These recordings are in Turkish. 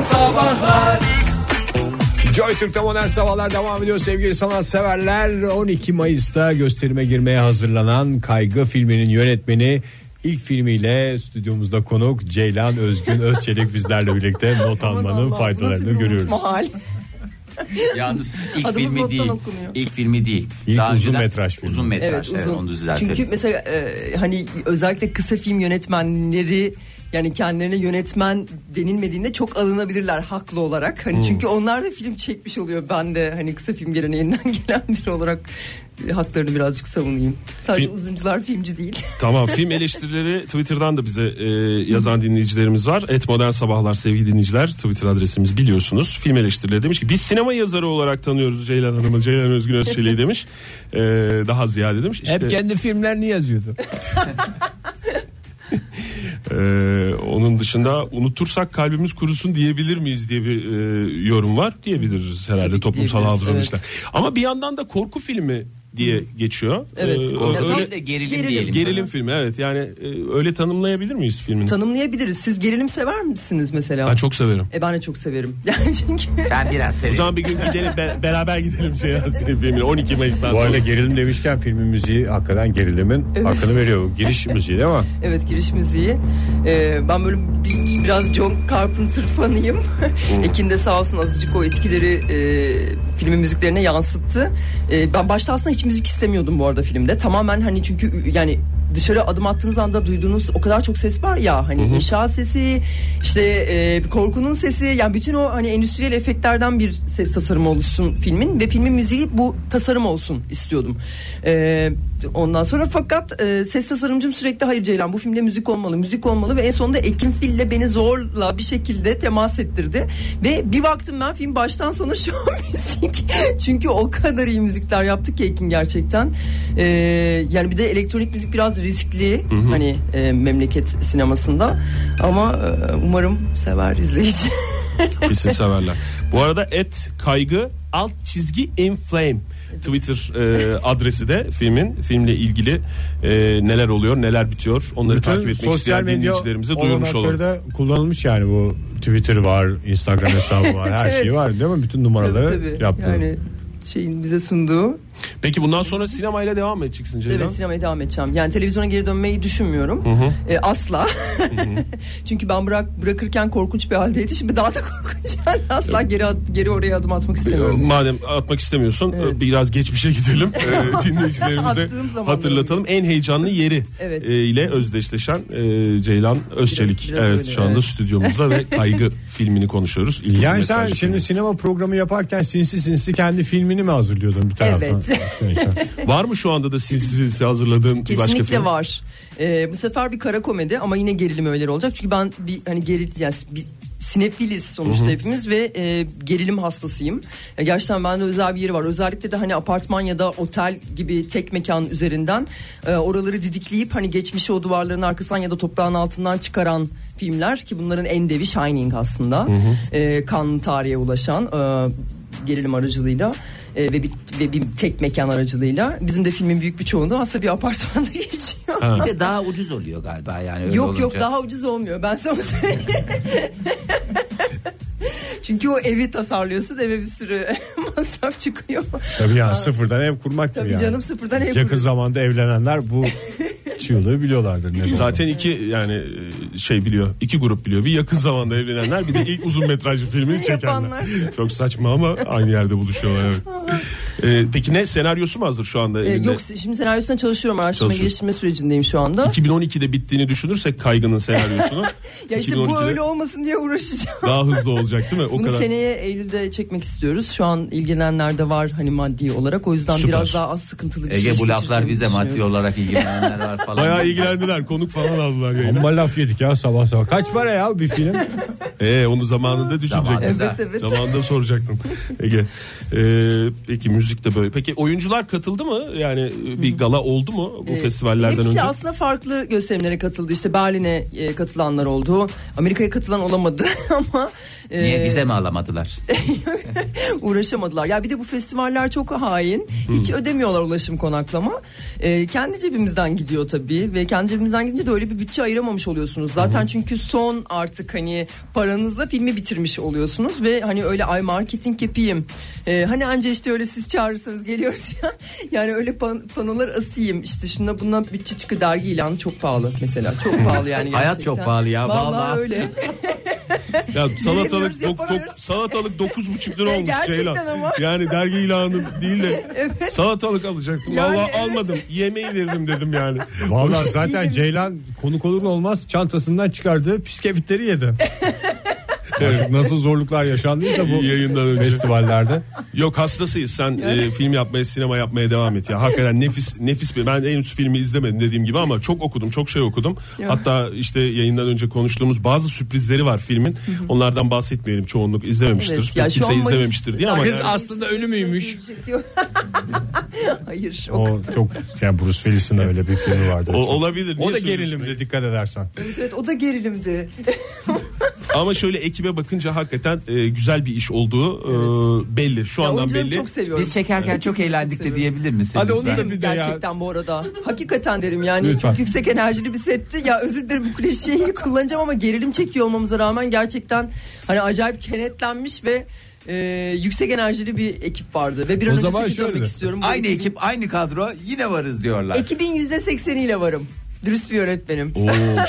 Sabahlar. Joy Türk'te Modern Sabahlar devam ediyor sevgili sanatseverler. 12 Mayıs'ta gösterime girmeye hazırlanan Kaygı filminin yönetmeni, ilk filmiyle stüdyomuzda konuk Ceylan Özgün Özçelik bizlerle birlikte not almanın faydalarını görüyoruz. Yalnız ilk Adımız filmi değil. okunuyor. İlk filmi değil. İlk Daha uzun önceden, metraj filmi. Uzun metraj. Evet, Evet, uzun. onu düzeltelim. Çünkü mesela hani özellikle kısa film yönetmenleri, yani kendilerine yönetmen denilmediğinde çok alınabilirler haklı olarak. Hani çünkü onlar da film çekmiş oluyor. Ben de hani kısa film geleneğinden gelen biri olarak haklarını birazcık savunayım. Sadece uzuncular filmci değil. Tamam, film eleştirileri Twitter'dan da bize yazan dinleyicilerimiz var. @modern sabahlar sevgili dinleyiciler, Twitter adresimiz biliyorsunuz. Film eleştirileri demiş ki biz sinema yazarı olarak tanıyoruz Ceylan Hanım'ı, Ceylan Özgün Özçelik'i demiş. Daha ziyade demiş. İşte, Hep kendi filmlerini yazıyordu. onun dışında unutursak kalbimiz kurusun diyebilir miyiz diye bir yorum var. Diyebiliriz herhalde, Tabii toplumsal diyebiliriz, hafızanın evet. işte. Ama bir yandan da korku filmi diye geçiyor. Evet. Öyle de gerilim diyelim. gerilim filmi, evet. Yani öyle tanımlayabilir miyiz filmini? Tanımlayabiliriz. Siz gerilim sever misiniz mesela? Ben çok severim. Ben de çok severim. Yani çünkü Ben biraz O severim. zaman bir gün gidelim beraber gidelim filmine 12 Mayıs'tan Bu sonra. arada gerilim demişken filmin müziği hakikaten gerilimin hakkını veriyor. Giriş müziği değil mi? evet, giriş müziği. Ben böyle biraz John Carpenter fanıyım. Ekin de sağ olsun azıcık o etkileri filmin müziklerine yansıttı. Ben başta aslında hiç müzik istemiyordum bu arada filmde. Tamamen hani çünkü yani dışarı adım attığınız anda duyduğunuz o kadar çok ses var ya, hani inşaat sesi, işte korkunun sesi, yani bütün o hani endüstriyel efektlerden bir ses tasarımı oluşsun filmin ve filmin müziği bu tasarım olsun istiyordum. Ondan sonra fakat ses tasarımcım sürekli hayır Ceylan, bu filmde müzik olmalı ve en sonunda Ekin Fil'le beni zorla bir şekilde temas ettirdi ve bir baktım ben film baştan sona şu an müzik. Çünkü o kadar iyi müzikler yaptı ki Ekin gerçekten. Yani bir de elektronik müzik biraz riskli hani memleket sinemasında ama umarım sever izleyici. Kesin severler. Bu arada @kaygı_inflame Twitter adresi de filmle ilgili neler oluyor, neler bitiyor, onları Bütün takip etmek isteyen dinleyicilerimize duyurmuş olalım. da kullanılmış yani, bu Twitter var, Instagram hesabı var, her Evet. şey var değil mi? Bütün numaraları Tabii. yaptı. Yani şeyin bize sunduğu. Peki bundan sonra sinemayla devam mı edeceksin Ceylan? Evet, sinemaya devam edeceğim. Yani televizyona geri dönmeyi düşünmüyorum. Asla. Çünkü ben bırakırken korkunç bir haldeydi. Şimdi daha da korkunç. Yani asla geri oraya adım atmak istemiyorum. Madem atmak istemiyorsun, Evet. biraz geçmişe gidelim. Dinleyicilerimize Attığım zamanları hatırlatalım. En heyecanlı yeri Evet. ile özdeşleşen Ceylan Özçelik. Biraz evet, öyle, şu anda evet. stüdyomuzda ve Kaygı filmini konuşuyoruz. İlk Yani uzun sen metrajlı şimdi filmi. sinema programı yaparken sinsi kendi filmini mi hazırlıyordun bir taraftan? Evet. Var mı şu anda da sinsi hazırladığın bir başka Kesinlikle film? var. Bu sefer bir kara komedi ama yine gerilim öğeleri olacak. Çünkü ben bir hani yani bir sinefiliz sonuçta hepimiz ve gerilim hastasıyım. Gerçekten bende özel bir yeri var. Özellikle de hani apartman ya da otel gibi tek mekan üzerinden oraları didikleyip hani geçmişi o duvarların arkasından ya da toprağın altından çıkaran filmler, ki bunların en devi Shining aslında. Kan tarihe ulaşan gerilim aracılığıyla ve bir tek mekan aracılığıyla. Bizim de filmin büyük bir çoğunluğu aslında bir apartmanda geçiyor. Bir de daha ucuz oluyor galiba yani. Öyle Yok olunca. daha ucuz olmuyor, ben sana söyleyeyim. Çünkü o evi tasarlıyorsun, eve bir sürü masraf çıkıyor. Tabii yani sıfırdan ev kurmaktır Tabii yani. canım, sıfırdan ev Yakın kuruyor. zamanda evlenenler bu çığlığı biliyorlardır. Zaten iki grup biliyor. Bir yakın zamanda evlenenler, bir de ilk uzun metrajlı filmini çekenler. Yapanlar. Çok saçma ama aynı yerde buluşuyorlar. Evet. Peki ne senaryosu mu hazır şu anda elinde? Yok, şimdi senaryosuna çalışıyorum, araştırma geliştirme sürecindeyim şu anda. 2012'de bittiğini düşünürsek Kaygı'nın senaryosunu. Ya işte bu 2012'de öyle olmasın diye uğraşacağım. daha hızlı olacak değil mi? O Bunu kadar. seneye Eylül'de çekmek istiyoruz. Şu an ilgilenenler de var hani maddi olarak. O yüzden Süper. biraz daha az sıkıntılı bir Ege, süreç bu laflar bize geçireceğimizi maddi olarak ilgilenenler var falan. Bayağı ilgilendiler, konuk falan aldılar yayına. Ama laf yedik ya sabah. Kaç para ya bir film? Onu zamanında düşünecektin. Zamanında. Evet. Zamanında soracaktın Ege. Peki müzik müzik de böyle. Peki oyuncular katıldı mı? Yani bir gala oldu mu bu festivallerden hepsi önce? aslında farklı gösterimlere katıldı. İşte Berlin'e katılanlar oldu. Amerika'ya katılan olamadı ama Niye vize mi alamadılar? uğraşamadılar. Ya bir de bu festivaller çok hain. Hiç ödemiyorlar ulaşım, konaklama. Kendi cebimizden gidiyor tabii ve kendi cebimizden gidince de öyle bir bütçe ayıramamış oluyorsunuz. Zaten çünkü son artık hani paranızla filmi bitirmiş oluyorsunuz ve hani öyle ay marketing yapayım. Hani anca işte öyle siz çağırırsanız geliyoruz ya. Yani öyle panolar asayım. İşte şuna buna bütçe çıkı, dergi ilanı çok pahalı mesela. Çok pahalı yani gerçekten. Hayat çok pahalı ya. Vallahi öyle. Ya Bilemiyoruz, yapamıyoruz. salatalık 9,5 lira olmuş Gerçekten Ceylan. ama. Yani dergi ilanı değil de salatalık alacaktım. Yani Vallahi evet. almadım. Yemeği veririm dedim yani. Vallahi zaten Ceylan konuk olur olmaz çantasından çıkardığı bisküvitleri yedi. Artık nasıl zorluklar yaşandıysa bu Yayından önce. festivallerde. Yok, hastasıyız. Sen film yapmaya, sinema yapmaya devam et ya. Hakikaten nefis bir. Ben henüz filmi izlemedim dediğim gibi ama çok okudum, çok şey okudum. Ya. Hatta işte yayından önce konuştuğumuz bazı sürprizleri var filmin. Onlardan bahsetmeyelim. Çoğunluk izlememiştir. Evet, ya şu Kimse an izlememiştir diye ama Kız yani, aslında ölü müymüş? Hayır. O çok yani Bruce Willis'in öyle bir filmi vardı. olabilir. O Niye da söylüyorsun? gerilimde dikkat edersen. Evet, o da gerilimdi. Ama şöyle ekibe bakınca hakikaten güzel bir iş olduğu belli. Şu andan Oyuncularımı belli. çok seviyorum. Biz çekerken çok eğlendik de diyebilir misin? Hadi onu lütfen? da bir de ya. Gerçekten bu arada. Hakikaten derim yani Lütfen. çok yüksek enerjili bir setti. Ya özür dilerim bu klişeyi kullanacağım ama gerilim çekiyor olmamıza rağmen gerçekten hani acayip kenetlenmiş ve yüksek enerjili bir ekip vardı. Ve bir O an zaman önce şöyle dönmek de. istiyorum. Bu Aynı ekip, aynı kadro, yine varız diyorlar. Ekibin %80'iyle varım. Dürüst bir yönetmenim. Oo,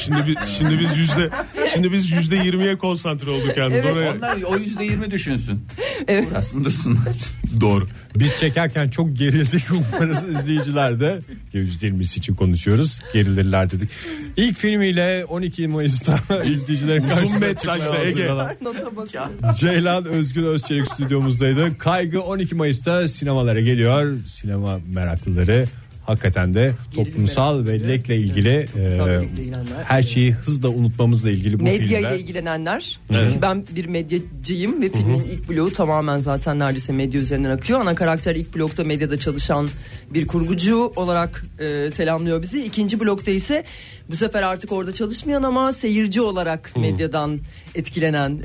şimdi biz %20'ye konsantre olduk yalnız. Evet. Oraya. Onlar o %20 düşünsün. Evet. Uğraşsın dursunlar. Doğru. Biz çekerken çok gerildik, umarız izleyiciler de %20'si için konuşuyoruz, gerilirler dedik. İlk filmiyle 12 Mayıs'ta izleyicilerin karşısına metrajlı çıkmaya Ege. hazırlanan Nota bakıyorum. Ceylan Özgün Özçelik stüdyomuzdaydı. Kaygı 12 Mayıs'ta sinemalara geliyor. Sinema meraklıları hakikaten de toplumsal bellekle ilgili bellekle ilgilenenler. her şeyi hızla unutmamızla ilgili bu Medya filmler. ile ilgilenenler. Evet. Çünkü ben bir medyacıyım ve filmin ilk bloğu tamamen zaten neredeyse medya üzerinden akıyor. Ana karakter ilk blokta medyada çalışan bir kurgucu olarak selamlıyor bizi. İkinci blokta ise bu sefer artık orada çalışmayan ama seyirci olarak medyadan etkilenen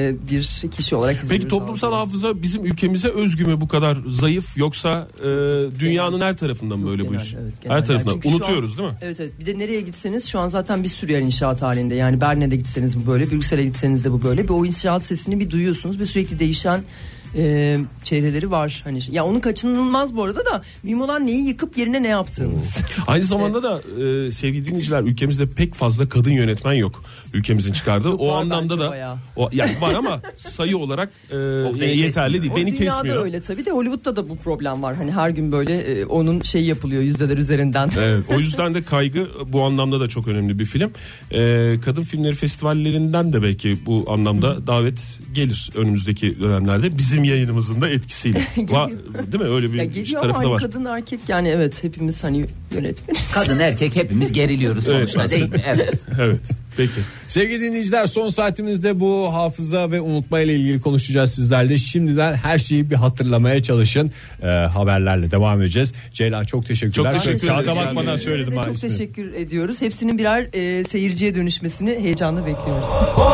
bir kişi olarak izliyoruz. Peki toplumsal hafıza bizim ülkemize özgü mü, bu kadar zayıf, yoksa dünyanın her tarafından mı böyle bu iş? Evet, genel. Her tarafından. Yani çünkü şu Unutuyoruz an- değil mi? Evet. Bir de nereye gitseniz şu an zaten bir sürü yer inşaat halinde. Yani Berlin'e de gitseniz bu böyle, Brüksel'e gitseniz de bu böyle. Bir o inşaat sesini bir duyuyorsunuz ve sürekli değişen çevreleri var. Hani ya onun kaçınılmaz bu arada da mühim olan neyi yıkıp yerine ne yaptığınız. Aynı zamanda da sevgili dinleyiciler, ülkemizde pek fazla kadın yönetmen yok. Ülkemizin çıkardığı. Yok, O var anlamda bence da bayağı. yani var ama sayı olarak beni yeterli değil. O Beni dünyada kesmiyor. öyle tabii de Hollywood'da da bu problem var. Hani her gün böyle onun şey yapılıyor yüzdeler üzerinden. Evet, o yüzden de Kaygı bu anlamda da çok önemli bir film. Kadın filmleri festivallerinden de belki bu anlamda davet gelir önümüzdeki dönemlerde. Bizim yayınımızın da etkisiyle. Değil mi? Öyle Ya bir geliyor ama tarafı da hani var. kadın erkek yani evet hepimiz hani yönetmeniz. Kadın erkek hepimiz geriliyoruz sonuçta, Evet, değil mi? Evet. Evet. Peki. Sevgili dinleyiciler, son saatimizde bu hafıza ve unutma ile ilgili konuşacağız sizlerle. Şimdiden her şeyi bir hatırlamaya çalışın. Haberlerle devam edeceğiz. Ceylan çok teşekkürler. Çok teşekkür Sağda ederiz. bakmadan Yani. söyledim ha Çok ismini. teşekkür ediyoruz. Hepsinin birer seyirciye dönüşmesini heyecanla bekliyoruz.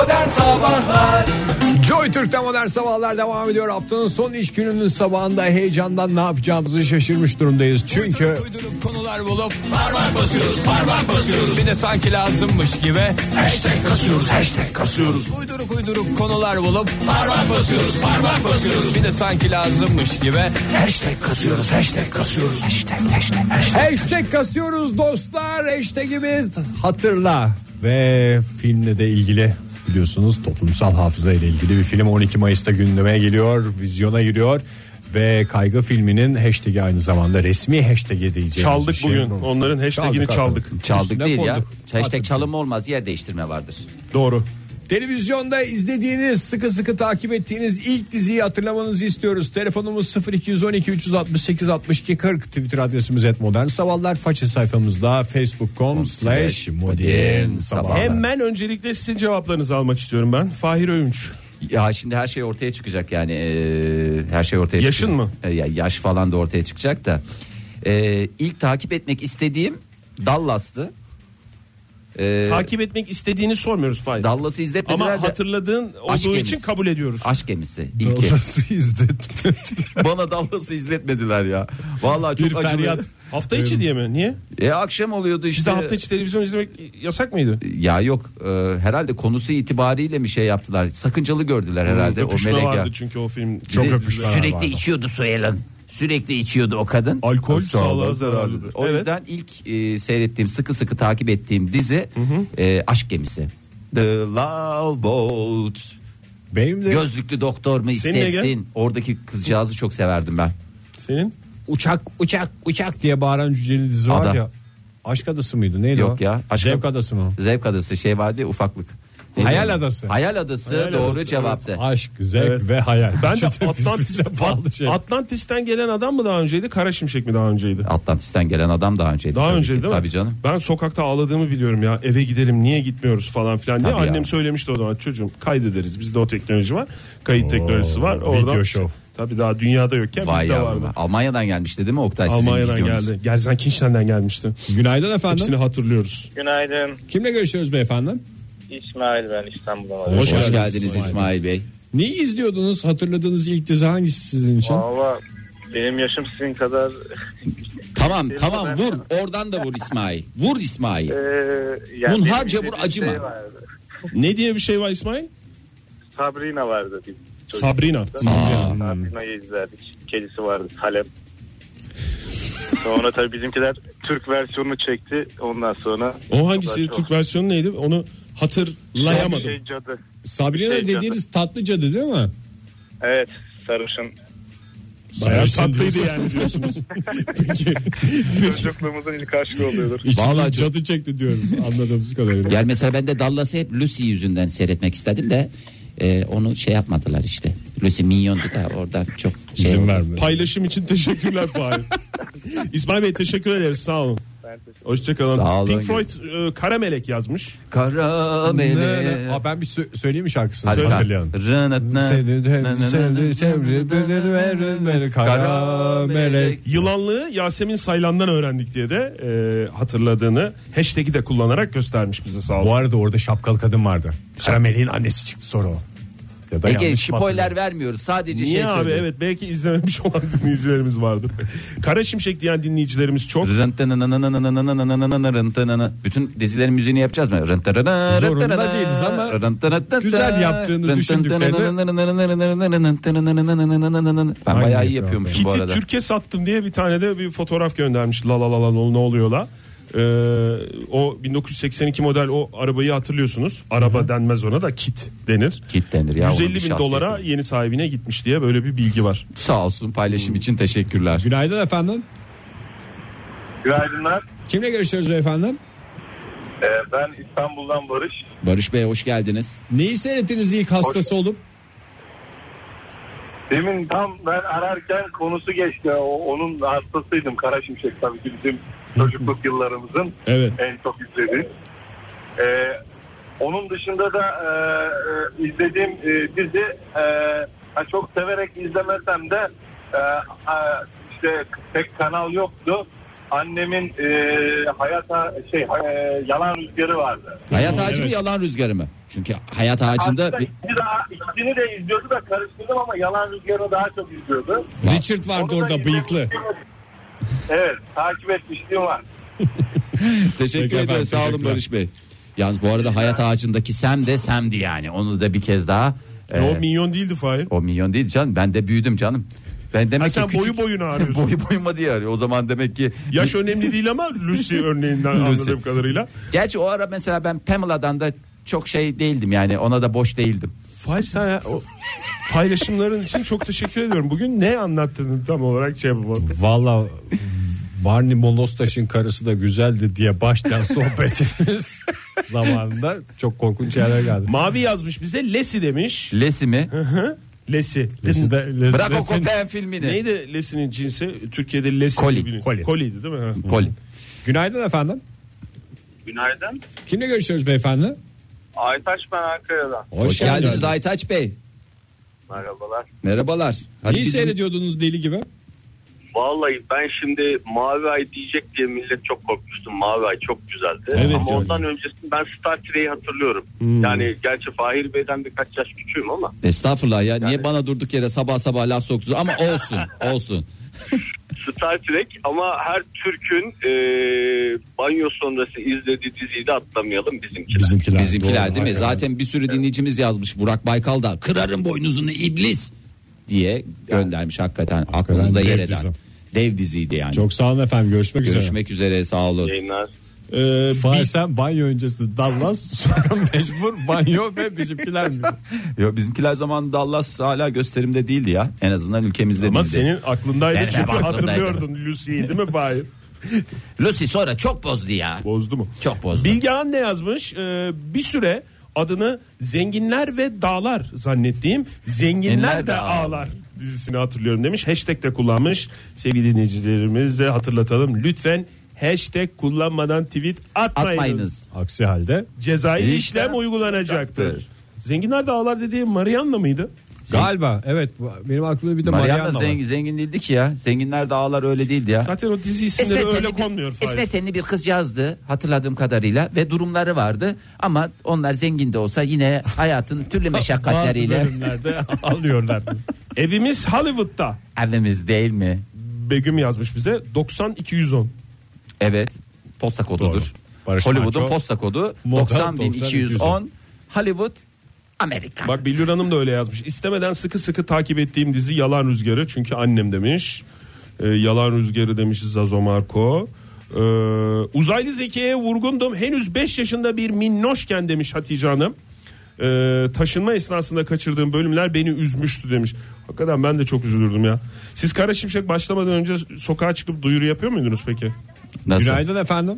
Joy Türk'te Modern Sabahlar devam ediyor. Haftanın son iş gününün sabahında heyecandan ne yapacağımızı şaşırmış durumdayız. Çünkü Uydurup konular bulup parmak basıyoruz. Bir de sanki lazımmış gibi hashtag kasıyoruz. Uydurup konular bulup parmak basıyoruz. Bir de sanki lazımmış gibi hashtag kasıyoruz. hashtag kasıyoruz dostlar. Hashtagimiz hatırla. Ve filmle de ilgili biliyorsunuz toplumsal hafıza ile ilgili bir film 12 Mayıs'ta gündeme geliyor, vizyona giriyor. Ve Kaygı filminin hashtag'i aynı zamanda resmi hashtag'i diyeceğimiz Çaldık bir şey. bugün. Onların hashtag'ini çaldık. Çaldık Üstüne değil ya. koyduk. Hashtag çalım olmaz, yer değiştirme vardır. Doğru. Televizyonda izlediğiniz, sıkı takip ettiğiniz ilk diziyi hatırlamanızı istiyoruz. Telefonumuz 0212 368 62 40. Twitter adresimiz @modernsabahlar. Faça sayfamızda facebook.com/modernsabahlar. Hemen öncelikle sizin cevaplarınızı almak istiyorum ben. Fahir Öğünç. Ya şimdi her şey ortaya çıkacak yani her şey ortaya Yaşın çıkacak. mı? Ya yaş falan da ortaya çıkacak da. İlk takip etmek istediğim Dallas'tı. Takip etmek istediğini sormuyoruz Fahir. Dallas'ı izletmediler Ama de hatırladığın Aşk olduğu gemisi. için kabul ediyoruz. Aşk gemisi ilki. Dallas'ı izletmediler. Bana Dallas'ı izletmediler ya. Vallahi çok Bir acılı. feryat. Hafta içi diye mi? Niye? Akşam oluyordu işte. Sizde hafta içi televizyon izlemek yasak mıydı? Ya yok herhalde konusu itibariyle mi şey yaptılar? Sakıncalı gördüler herhalde o Öpüşme melek vardı ya. çünkü o film. Çok Bir de öpüşmeler sürekli vardı. içiyordu Soyal'ın. Sürekli içiyordu o kadın. Alkol sağlığa zararlıdır. O Evet. yüzden ilk seyrettiğim sıkı takip ettiğim dizi Aşk Gemisi. The Love Boat. Benim de Gözlüklü doktor mu Senin Ege? istersin? Oradaki kızcağızı çok severdim ben. Senin? uçak diye bağıran cüceli dizi var Ada. ya. Aşk Adası mıydı? Neydi Yok o? ya. Zevk Adası mı? Zevk Adası şey vardı ya, ufaklık. Neydi Hayal o? Adası. Hayal Adası Hayal doğru Adası, cevaptı. Aşk, zevk Evet. ve hayal. Ben de Üçü birbirine bağlı şey. Atlantis'ten gelen adam mı daha önceydi? Kara Şimşek mi daha önceydi? Atlantis'ten gelen adam daha önceydi. Daha tabii önceydi ki. değil mi? Tabii canım. Ben sokakta ağladığımı biliyorum ya. Eve gidelim niye gitmiyoruz falan filan diye. Tabii ya. Annem söylemişti o zaman, çocuğum kaydederiz. Bizde o teknoloji var. Kayıt teknolojisi var. Video show. Tabii daha dünyada yokken Vay bizde yavrum. vardı. Almanya'dan gelmişti değil mi Oktay? Sizin Almanya'dan videonuz? geldi. Gelsenkirchen'den gelmişti. Günaydın efendim. Hepsini hatırlıyoruz. Günaydın. Kimle görüşüyoruz beyefendi? İsmail ben İstanbul'dan Hoş arıyorum. Hoş geldiniz geldiniz İsmail. İsmail Bey. Neyi izliyordunuz? Hatırladığınız ilk dizi hangisi sizin için? Valla benim yaşım sizin kadar Tamam vur. Oradan da vur İsmail. Vur İsmail. yani Hunharca benim vur, izlediğim acıma. şey vardı. Ne diye bir şey var İsmail? Sabrina vardı. Bir çocuk. Sabrina. Sabrina'yı izlerdik. Kedisi vardı Talep. Sonra tabii bizimkiler Türk versiyonunu çekti. Ondan sonra O hangisi? Çok- Türk versiyonu neydi? Onu hatırlayamadım. Şey, cadı. Sabrina Şey, dediğiniz tatlı cadı değil mi? Evet, sarışın. Bayağı Sarışın tatlıydı diyorsun. yani diyorsunuz. Peki. Çocukluğumuzun ilk aşkı oluyordur. İçiniz Vallahi cadı çekti diyoruz anladığımız kadarıyla. Yani mesela ben de Dallas'ı hep Lucy yüzünden seyretmek istedim de onu şey yapmadılar işte. Lucy minyondu da orada çok şey İzin oldu. vermedi. Paylaşım için teşekkürler Fahir. İsmail Bey teşekkür ederiz, sağ olun. Hoşçakalın. Sağ olun. Pink Floyd Kara Melek yazmış. Kara melek. Aa, ben bir söyleyeyim mi şarkısını? Hadi Hatırlayalım. Kara melek. Yılanlığı Yasemin Saylan'dan öğrendik diye de hatırladığını hashtag'i de kullanarak göstermiş bize, sağ olun. Bu arada orada şapkalı kadın vardı. Kara meleğin annesi çıktı sonra o. Ya da Ege yanlış mı spoiler hatırlıyorum? vermiyoruz, sadece Niye şey abi, söylüyor. evet, belki izlememiş olan dinleyicilerimiz vardır. Kara Şimşek diyen dinleyicilerimiz çok. Bütün dizilerin müziğini yapacağız mı? Zorunda değiliz ama güzel yaptığını Ben bayağı iyi yapıyormuşum bu Kiti arada. Türkiye sattım diye bir tane de bir fotoğraf göndermiş. La la la la ne oluyor la? O 1982 model o arabayı hatırlıyorsunuz. Araba denmez ona da, kit denir. Kit denir ya. 150 onun bir bin şahsiyeti. dolara yeni sahibine gitmiş diye böyle bir bilgi var. Sağ olsun, paylaşım için teşekkürler. Günaydın efendim. Günaydınlar. Kimle görüşüyoruz beyefendi? Ben İstanbul'dan Barış. Barış Bey hoş geldiniz. Neyi seyrettiniz ilk hastası olup? Demin tam ben ararken konusu geçti. Onun hastasıydım. Kara Şimşek tabii ki bizim çocukluk yıllarımızın Evet. en çok izlediğim. Onun dışında da izlediğim dizi çok severek izlemesem de işte pek kanal yoktu. Annemin Yalan Rüzgarı vardı. Hayat Ağacı mı, Yalan Rüzgarı mı? Çünkü Hayat Ağacı'nda Aslında ikisini de izliyordu da karıştırdım ama Yalan Rüzgarı'nı daha çok izliyordu. Richard vardı Onu da orada bıyıklı. izlemiştim. Evet, takip etmişliğim var. teşekkür Peki ederim, efendim, sağ olun teşekkürler. Barış Bey. Yalnız bu arada Hayat Ağacı'ndaki Sam de Sam'di yani. Onu da bir kez daha. O milyon değildi Fahir. O milyon değil canım. Ben de büyüdüm canım. Ben demek Ha, ki sen küçük... boyu boyuna arıyorsun. boyu boyuma diye arıyor. O zaman demek ki Yaş önemli değil ama Lucy örneğinden Lucy. anladığım kadarıyla. gerçi o ara mesela ben Pamela'dan da çok şey değildim yani, ona da boş değildim. Fahir sen ya, o paylaşımların için çok teşekkür ediyorum. Bugün ne anlattığını tam olarak şey yapamadım. Valla Barney Molostaş'ın karısı da güzeldi diye başlayan sohbetimiz zamanında çok korkunç yerler geldi. Mavi yazmış bize, Lesi demiş. Lesi mi? Lesi. Bırak o Kopen filmini. Neydi Lesi'nin cinsi? Türkiye'de Lesi. Koli. gibi. Koli. Koliydi değil mi? Ha. Koli. Günaydın efendim. Günaydın. Kimle görüşüyoruz beyefendi? Aytaç ben Ankara'dan. Hoş geldiniz Aytaç Bey. Merhabalar. Merhabalar. Hadi Neyi seyrediyordunuz deli gibi? Vallahi ben şimdi Mavi Ay diyecek diye millet çok korkmuştum. Mavi Ay çok güzeldi. Evet, ama yani. ondan öncesinde ben Star Trek'i hatırlıyorum. Yani gerçi Fahir Bey'den birkaç yaş küçüğüm ama. Estağfurullah ya. Niye bana durduk yere sabah laf soktunuz? Ama olsun. Star Trek ama her Türk'ün banyo sonrası izlediği diziyi de atlamayalım bizimkiler. Bizimkiler Doğru, değil mi? aynen. Zaten bir sürü dinleyicimiz yazmış. Burak Baykal da kırarım boynuzunu iblis diye göndermiş hakikaten. Aklınızda dev yer eden. dizi. Dev diziydi yani. Çok sağ olun efendim, görüşmek üzere, sağ olun. Yayınlar. Fahir sen banyo öncesi Dallas, sonra mecbur banyo ve bizimkiler mi? Yo, bizimkiler zamanında Dallas hala gösterimde değildi ya. En azından ülkemizde Ama değildi. senin aklındaydı Benim çünkü aklımdaydı. hatırlıyordun Lucy'yi değil mi Fahir? Lucy sonra çok bozdu ya. Bozdu mu? Çok bozdu. Bilgehan ne yazmış? Bir süre adını Zenginler ve Dağlar zannettiğim Zenginler de Ağlar dizisini hatırlıyorum demiş. Hashtag de kullanmış. Sevgili dinleyicilerimize hatırlatalım. Lütfen hashtag kullanmadan tweet atmayınız. Aksi halde Cezai İşlem işlem uygulanacaktır. Zenginler de Ağlar dediğim Marianna mıydı? galiba evet, benim aklımda bir de Marianna var. zengin değildi ki ya. Zenginler de Ağlar öyle değildi ya. Zaten o dizi isimleri öyle konmuyor. İsmet tenli bir kızcağızdı hatırladığım kadarıyla ve durumları vardı ama onlar zengin de olsa yine hayatın türlü meşakkatleriyle. Bazı bölümlerde alıyorlar. Evimiz Hollywood'da. Evimiz değil mi? Begüm yazmış bize 90-210. Evet, posta kodudur. Doğru. Barış Hollywood'un Manço, posta kodu Moda 90.210. Hollywood Amerika. Bak Billur Hanım da öyle yazmış. İstemeden sıkı takip ettiğim dizi Yalan Rüzgarı. Çünkü annem demiş. Yalan Rüzgarı demiş Zazo Marco. Uzaylı zekaya vurgundum. Henüz 5 yaşında bir minnoşken demiş Hatice Hanım. Taşınma esnasında kaçırdığım bölümler beni üzmüştü demiş. Hakikaten ben de çok üzülürdüm ya. Siz Kara Şimşek başlamadan önce sokağa çıkıp duyuru yapıyor muydunuz peki? Nasıl? Günaydın efendim.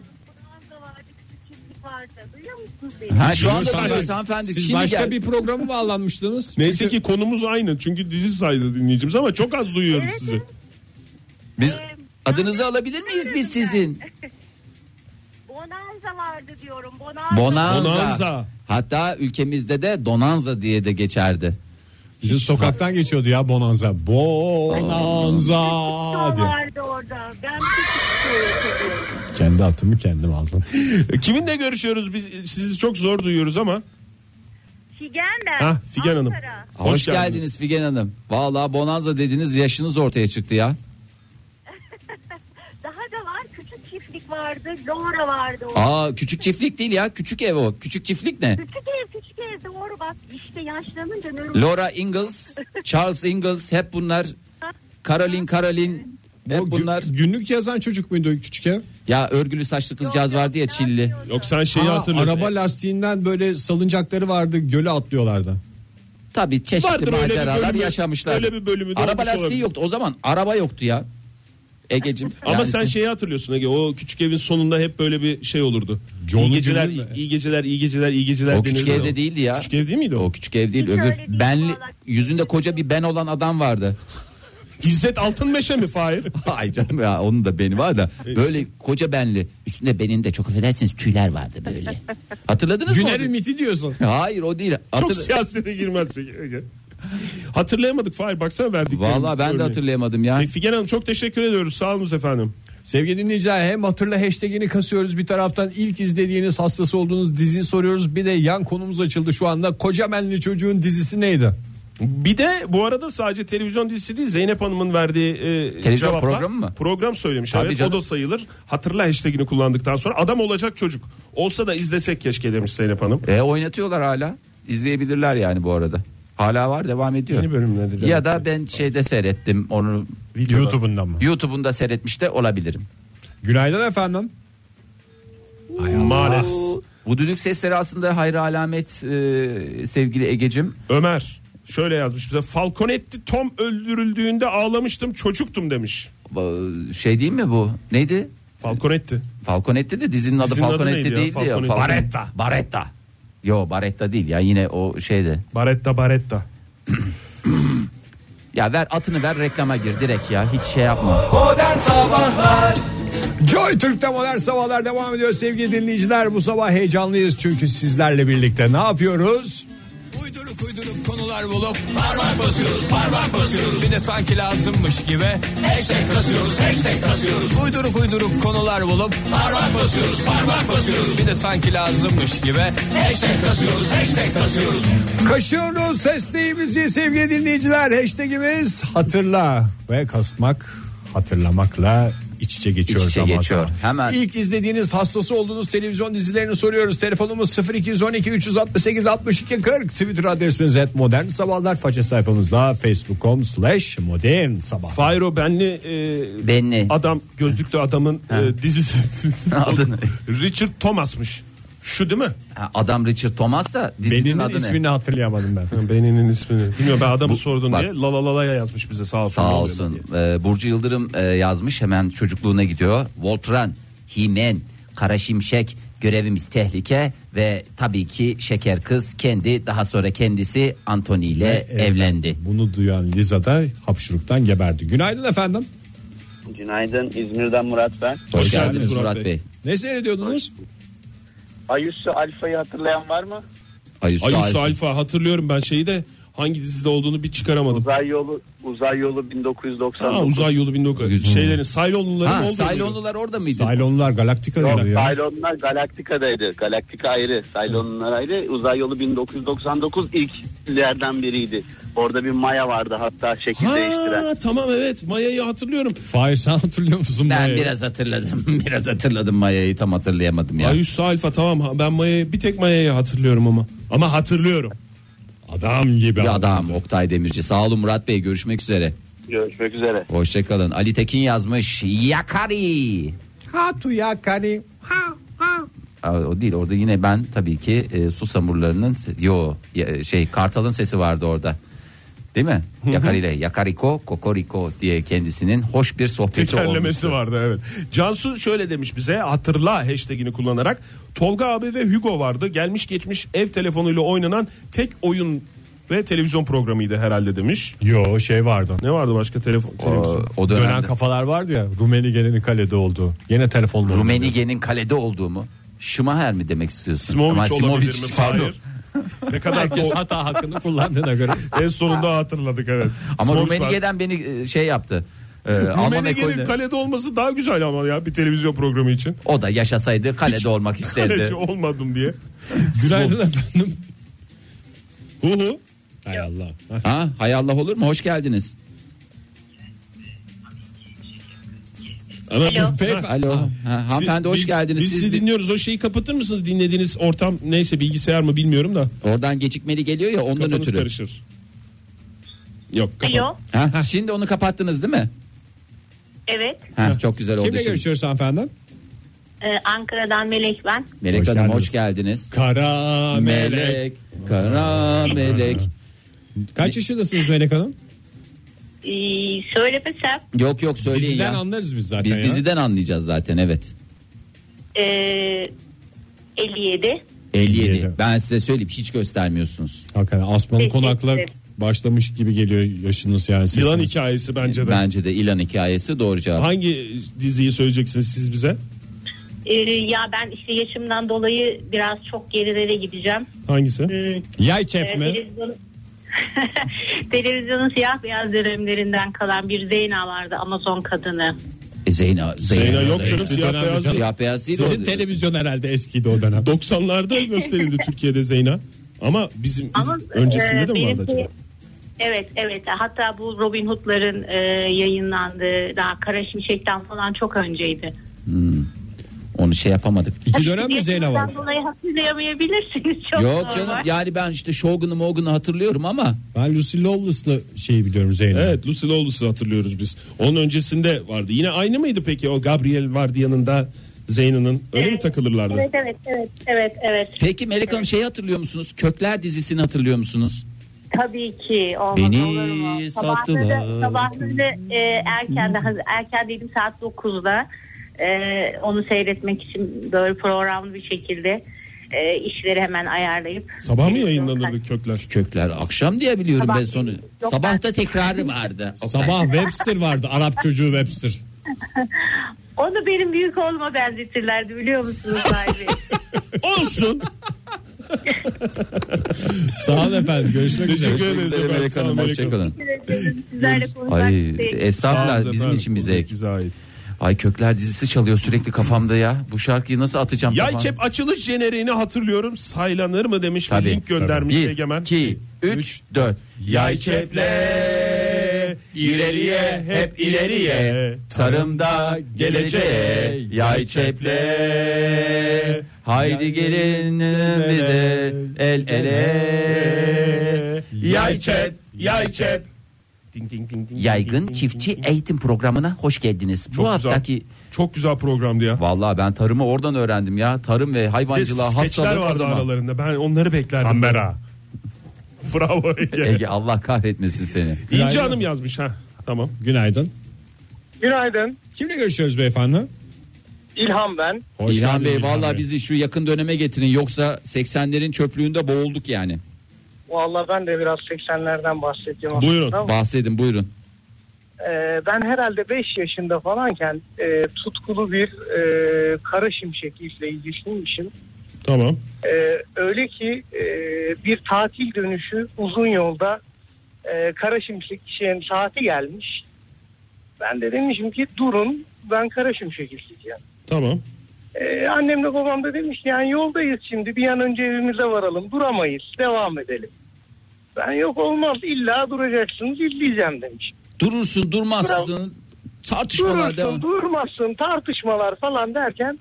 Ha, şu anda Duyuyorsunuz. duyuyoruz hanımefendi. Siz Şimdi başka gel. bir programa mı bağlanmıştınız? Neyse Çünkü ki konumuz aynı. Çünkü dizi saydı dinleyicimiz ama çok az duyuyoruz sizi. Biz adınızı alabilir miyiz biz sizin? Bonanza vardı diyorum. Bonanza. Bonanza. Hatta ülkemizde de Donanza diye de geçerdi. bizim sokaktan geçiyordu ya Bonanza. Bonanza diye. vardı orada. Ben küçük. Kendi atımı kendim aldım. Kiminle görüşüyoruz biz? Sizi çok zor duyuyoruz ama. Figen ben. Hah, Figen Hanım. Ankara. Hoş geldiniz Figen Hanım. Vallahi Bonanza dediniz, yaşınız ortaya çıktı ya. Daha da var. Küçük çiftlik vardı. Laura vardı orada. Küçük çiftlik değil ya, küçük ev o. Küçük çiftlik ne? Küçük ev doğru bak. İşte yaşlanınca nöro. Laura Ingalls, Charles Ingalls, hep bunlar. Caroline, hep O bunlar. günlük yazan çocuk muydu küçük ev? Ya örgülü saçlı kızcağız vardı ya, Çilli. Yok sen şeyi hatırlıyorsun. Araba lastiğinden böyle salıncakları vardı, göle atlıyorlardı. Tabii çeşitli Vardır öyle bir maceralar bölümü, yaşamışlar. öyle bir bölümü de Araba olmuş lastiği olabilir. yoktu. O zaman araba yoktu ya. Egeciğim. Ama yani sen şeyi hatırlıyorsun Ege, o küçük evin sonunda hep böyle bir şey olurdu. John'un İyi geceler, günü mü? iyi geceler, iyi geceler, iyi geceler. O küçük denirdi. evde değildi ya. Küçük ev değil miydi o? O küçük ev değil, Hiç öbür öyle değil, benli, vallahi. yüzünde koca bir ben olan adam vardı. İzzet Altınmeşe mi Fahir? Ay canım ya, onun da beni var da böyle koca benli, üstünde beninde çok affedersiniz tüyler vardı böyle. Hatırladınız mı? Güner'in miti diyorsun. Hayır o değil. Çok siyasete girmezsek Ege. Hatırlayamadık Fahir, baksana verdik. Vallahi ben de hatırlayamadım ya. Figen Hanım çok teşekkür ediyoruz, sağ olun efendim. Sevgili dinleyiciler, hem hatırla hashtagini kasıyoruz, bir taraftan ilk izlediğiniz, hastası olduğunuz diziyi soruyoruz. Bir de yan konumuz açıldı şu anda. Koca benli çocuğun dizisi neydi? Bir de bu arada sadece televizyon dizisi değil, Zeynep Hanım'ın verdiği Televizyon cevaplar, programı mı? Program söylemiş. Tabii Evet, canım. o da sayılır. Hatırla hashtagini kullandıktan sonra adam olacak çocuk. Olsa da izlesek keşke demiş Zeynep Hanım. Oynatıyorlar hala. İzleyebilirler yani bu arada. Hala var, devam ediyor. Yeni bölümlerde de. Ya da ben şeyde seyrettim onu, YouTube'undan mı? YouTube'unda seyretmiş de olabilirim. Günaydın efendim. Maalesef. Bu düdük sesleri aslında hayra alamet sevgili Egecim. Ömer şöyle yazmış bize. Falconetti Tom öldürüldüğünde ağlamıştım, çocuktum demiş. Şey değil mi bu? Neydi? Falconetti. Falconetti de dizinin adı Dizinin adı Falconetti neydi ya? değildi ya. Falconetti. Baretta. Baretta. Yo, Baretta değil ya, yine o şeydi. Baretta. Ya ver atını, ver reklama gir direkt ya, hiç şey yapma. Modern Sabahlar. Joy Türk'te modern sabahlar devam ediyor sevgili dinleyiciler. Bu sabah heyecanlıyız çünkü sizlerle birlikte ne yapıyoruz? Uyduruk konular bulup parmak basıyoruz, parmak basıyoruz. Bir de sanki lazımmış gibi hashtag kasıyoruz, hashtag kasıyoruz. Uyduruk konular bulup parmak basıyoruz, parmak basıyoruz. Bir de sanki lazımmış gibi hashtag kasıyoruz, hashtag kasıyoruz. Kaşıyoruz hashtag'imizi sevgili dinleyiciler. Hashtag'imiz hatırla ve kasmak, hatırlamakla iç içe geçiyor. İç içe zaman geçiyor. zaman. Hemen. İlk izlediğiniz, hastası olduğunuz televizyon dizilerini soruyoruz. Telefonumuz 0212 368 62 40. Twitter adresimiz @modernsabahlar. Faça sayfamızda facebook.com/modernsabah. Fayro Benli. adam, gözlüklü adamın dizisi Adını. Richard Thomas'mış. Şu değil mi? Adam Richard Thomas da dizinin Benim adı ismini ne? hatırlayamadım ben. Beninin ismini. Bilmiyorum, ben adamı sordum bak, diye. La yazmış bize, sağ olsun. Sağ olsun. Burcu Yıldırım yazmış, hemen çocukluğuna gidiyor. Voltran, He-Man, Kara Şimşek, Görevimiz Tehlike ve tabii ki Şeker Kız kendi, daha sonra kendisi Anthony ile evlendi. Bunu duyan Liza da hapşuruktan geberdi. Günaydın efendim. Günaydın, İzmir'den Murat ben. Hoş geldiniz geldiniz Murat Murat Bey. Ne seyrediyordunuz? Ayüsü Alfa'yı hatırlayan var mı? Ayüsü Ayüsü Alfa. Alfa, hatırlıyorum ben şeyi de, hangi dizide olduğunu bir çıkaramadım. Uzay yolu 1999. Uzay yolu 1900. Şeylerin, Saylonluların olduğu. Saylonlular orada mıydı? Saylonlar Yok, Galaktika'daydı ya. Saylonlar Galaktika'daydı. Galaktika ayrı, Saylonlar ayrı. Uzay yolu 1999 ilklerden biriydi. Orada bir Maya vardı, hatta şekil değiştiren. Tamam, evet, Maya'yı hatırlıyorum. Fahir, sen hatırlıyor musun? Ben Maya'yı? biraz hatırladım. Biraz hatırladım, Maya'yı tam hatırlayamadım ya. Ayüsü Alfa, tamam, ben Maya'yı, bir tek Maya'yı hatırlıyorum ama hatırlıyorum. Adam gibi Bir adam Oktay Demirci. Sağ olun Murat Bey, görüşmek üzere. Görüşmek üzere. Hoşçakalın. Ali Tekin yazmış. Yakari. Hatu yakari. O değil, orada yine ben tabii ki susamurlarının Kartal'ın sesi vardı orada. Değil mi? Yakari ile Yakariko Kokoriko diye kendisinin hoş bir sohbeti Tekerlemesi olmuştu. vardı, evet. Cansu şöyle demiş bize, hatırla hashtagini kullanarak: Tolga abi ve Hugo vardı. Gelmiş geçmiş ev telefonuyla oynanan tek oyun ve televizyon programıydı herhalde demiş. Yo, şey vardı. Ne vardı başka televizyon? O Dönen dönemde kafalar vardı ya. Rumenige'nin kalede olduğu. Yine telefonla. Rumenige'nin kalede olduğu mu? Schumacher mi demek istiyorsun? Simovic olabilir mi? pardon. Hayır. Ne kadar Herkes hata hakkını kullandığına göre. en sonunda hatırladık, evet. Ama Simovic var. Rumenige'den beni şey yaptı. Alman Rumenige'nin ekolüne. kalede olması daha güzel ama ya, bir televizyon programı için. O da yaşasaydı kalede olmak isterdi. Kaleci olmadım diye. Günaydın efendim. Hu. Hay Allah. Ha, hay Allah olur mu? Hoş geldiniz. Alo. Alo. Hanımefendi hoş geldiniz. Biz sizi dinliyoruz. O şeyi kapatır mısınız? Dinlediğiniz ortam neyse, bilgisayar mı bilmiyorum da. Oradan gecikmeli geliyor ya, ondan Kafanız ötürü. karışır. Yok, kapat. Alo. Ha, şimdi onu kapattınız değil mi? Evet. Ha, çok güzel oldu Kimle şimdi. görüşüyoruz efendim? Ankara'dan Melek ben. Melek Hoş Hanım geldiniz. hoş geldiniz. Kara melek. Kara melek. Kaç yaşındasınız Melek Hanım? Söylemesem Yok söyleyin Diziden ya. anlarız biz zaten Biz ya. diziden anlayacağız zaten, evet. 57. 57. Ben size söyleyeyim, hiç göstermiyorsunuz. Hakikaten Asmalı Teşekkür Konak'la ederim. başlamış gibi geliyor yaşınız yani. Sesiniz. Yılan hikayesi bence de. Bence de İlan hikayesi doğru cevap. Hangi diziyi söyleyeceksiniz siz bize? Ya ben işte yaşımdan dolayı biraz çok gerilere gideceğim. Hangisi? Yay çep mi? Televizyonun siyah beyaz dönemlerinden kalan bir Zeyna vardı, Amazon kadını. Zeyna Yok canım, siyah dönem beyaz. canım. Siyah beyaz değil. Sizin o. televizyon herhalde eskiydi o dönem. 90'larda gösterildi Türkiye'de Zeyna. Ama bizim Ama, öncesinde de mi benim vardı acaba? Evet. Hatta bu Robin Hood'ların yayınlandığı daha Kara Şimşek'ten falan çok önceydi. Onu şey yapamadık. İki dönem mi Zeyna var? Yaşımdan dolayı hatırlayamayabilirsiniz. Çok Yok normal. canım, yani ben işte Shogun'u hatırlıyorum ama. Ben Lucy Lawless'lı şeyi biliyorum Zeyna. Evet, Lucy Lawless'ı hatırlıyoruz biz. Onun öncesinde vardı. Yine aynı mıydı peki? O Gabriel vardı yanında Zeyna'nın. Öyle mi takılırlardı? Evet. Peki Melek Hanım, şeyi hatırlıyor musunuz? Kökler dizisini hatırlıyor musunuz? Tabii ki. Olmaz Beni olur mu? sattılar. Sabahları erken dedim saat 9'da onu seyretmek için böyle programlı bir şekilde işleri hemen ayarlayıp. Sabah mı yayınlanırdı Kökler? Kökler akşam diye biliyorum Sabah ben sonu. değil. Yok, Sabahta tekrarı vardı. Sabah Webster vardı. Arap çocuğu Webster. Onu benim büyük oğluma benzetirlerdi, biliyor musunuz sahibi? Olsun. Sağ olun efendim. Görüşmek üzere. Teşekkür ederiz efendim. Melek Hanım, hoşçakalın. Sizlerle konuşmak Ay istedim. estağfurullah, bizim için bir zevk. Bize ait. Ay Kökler dizisi çalıyor sürekli kafamda ya. Bu şarkıyı nasıl atacağım Yay kafamda? Çep açılış jeneriğini hatırlıyorum. Saylanır mı demiş Tabii, ve link göndermiş 1, Egemen. 2, 3, 4. Yay Çeple ileriye hep ileriye, tarımda geleceğe yay çeple. Haydi gelin bize el ele. Yay çep, yay çep. Ding, ding, ding, ding, Yaygın ding, ding, çiftçi ding. eğitim programına hoş geldiniz. Çok Bu güzel. haftaki Çok güzel programdı ya. vallahi ben tarımı oradan öğrendim ya. Tarım ve hayvancılığa Skeçler hastalık o vardı zaman. aralarında. Ben onları beklerdim. Kamera. Bravo Ege. Ege Allah kahretmesin seni. İnci Hanım yazmış ha. Tamam. Günaydın. Günaydın. Kimle görüşüyoruz beyefendi? İlham ben. Hoş İlhan geldiniz Bey İlhan vallahi Bey. bizi şu yakın döneme getirin, yoksa 80'lerin çöplüğünde boğulduk yani. Vallahi ben de biraz 80'lerden bahsedeceğim aslında. Buyurun. Ama, Bahsedin buyurun. ben herhalde 5 yaşında falanken tutkulu bir Kara Şimşek izleyiciymişim. Tamam. Öyle ki bir tatil dönüşü uzun yolda Kara Şimşek'in saati gelmiş. Ben de demişim ki durun, ben Kara Şimşek izleyeceğim. Tamam. Annemle babam da demiş ki yani yoldayız şimdi, bir an önce evimize varalım, duramayız, devam edelim. Ben yok olmaz, illa duracaksınız, izleyeceğim demiş. Durursun durmazsın tartışmalar devam. Durursun durmazsın tartışmalar falan derken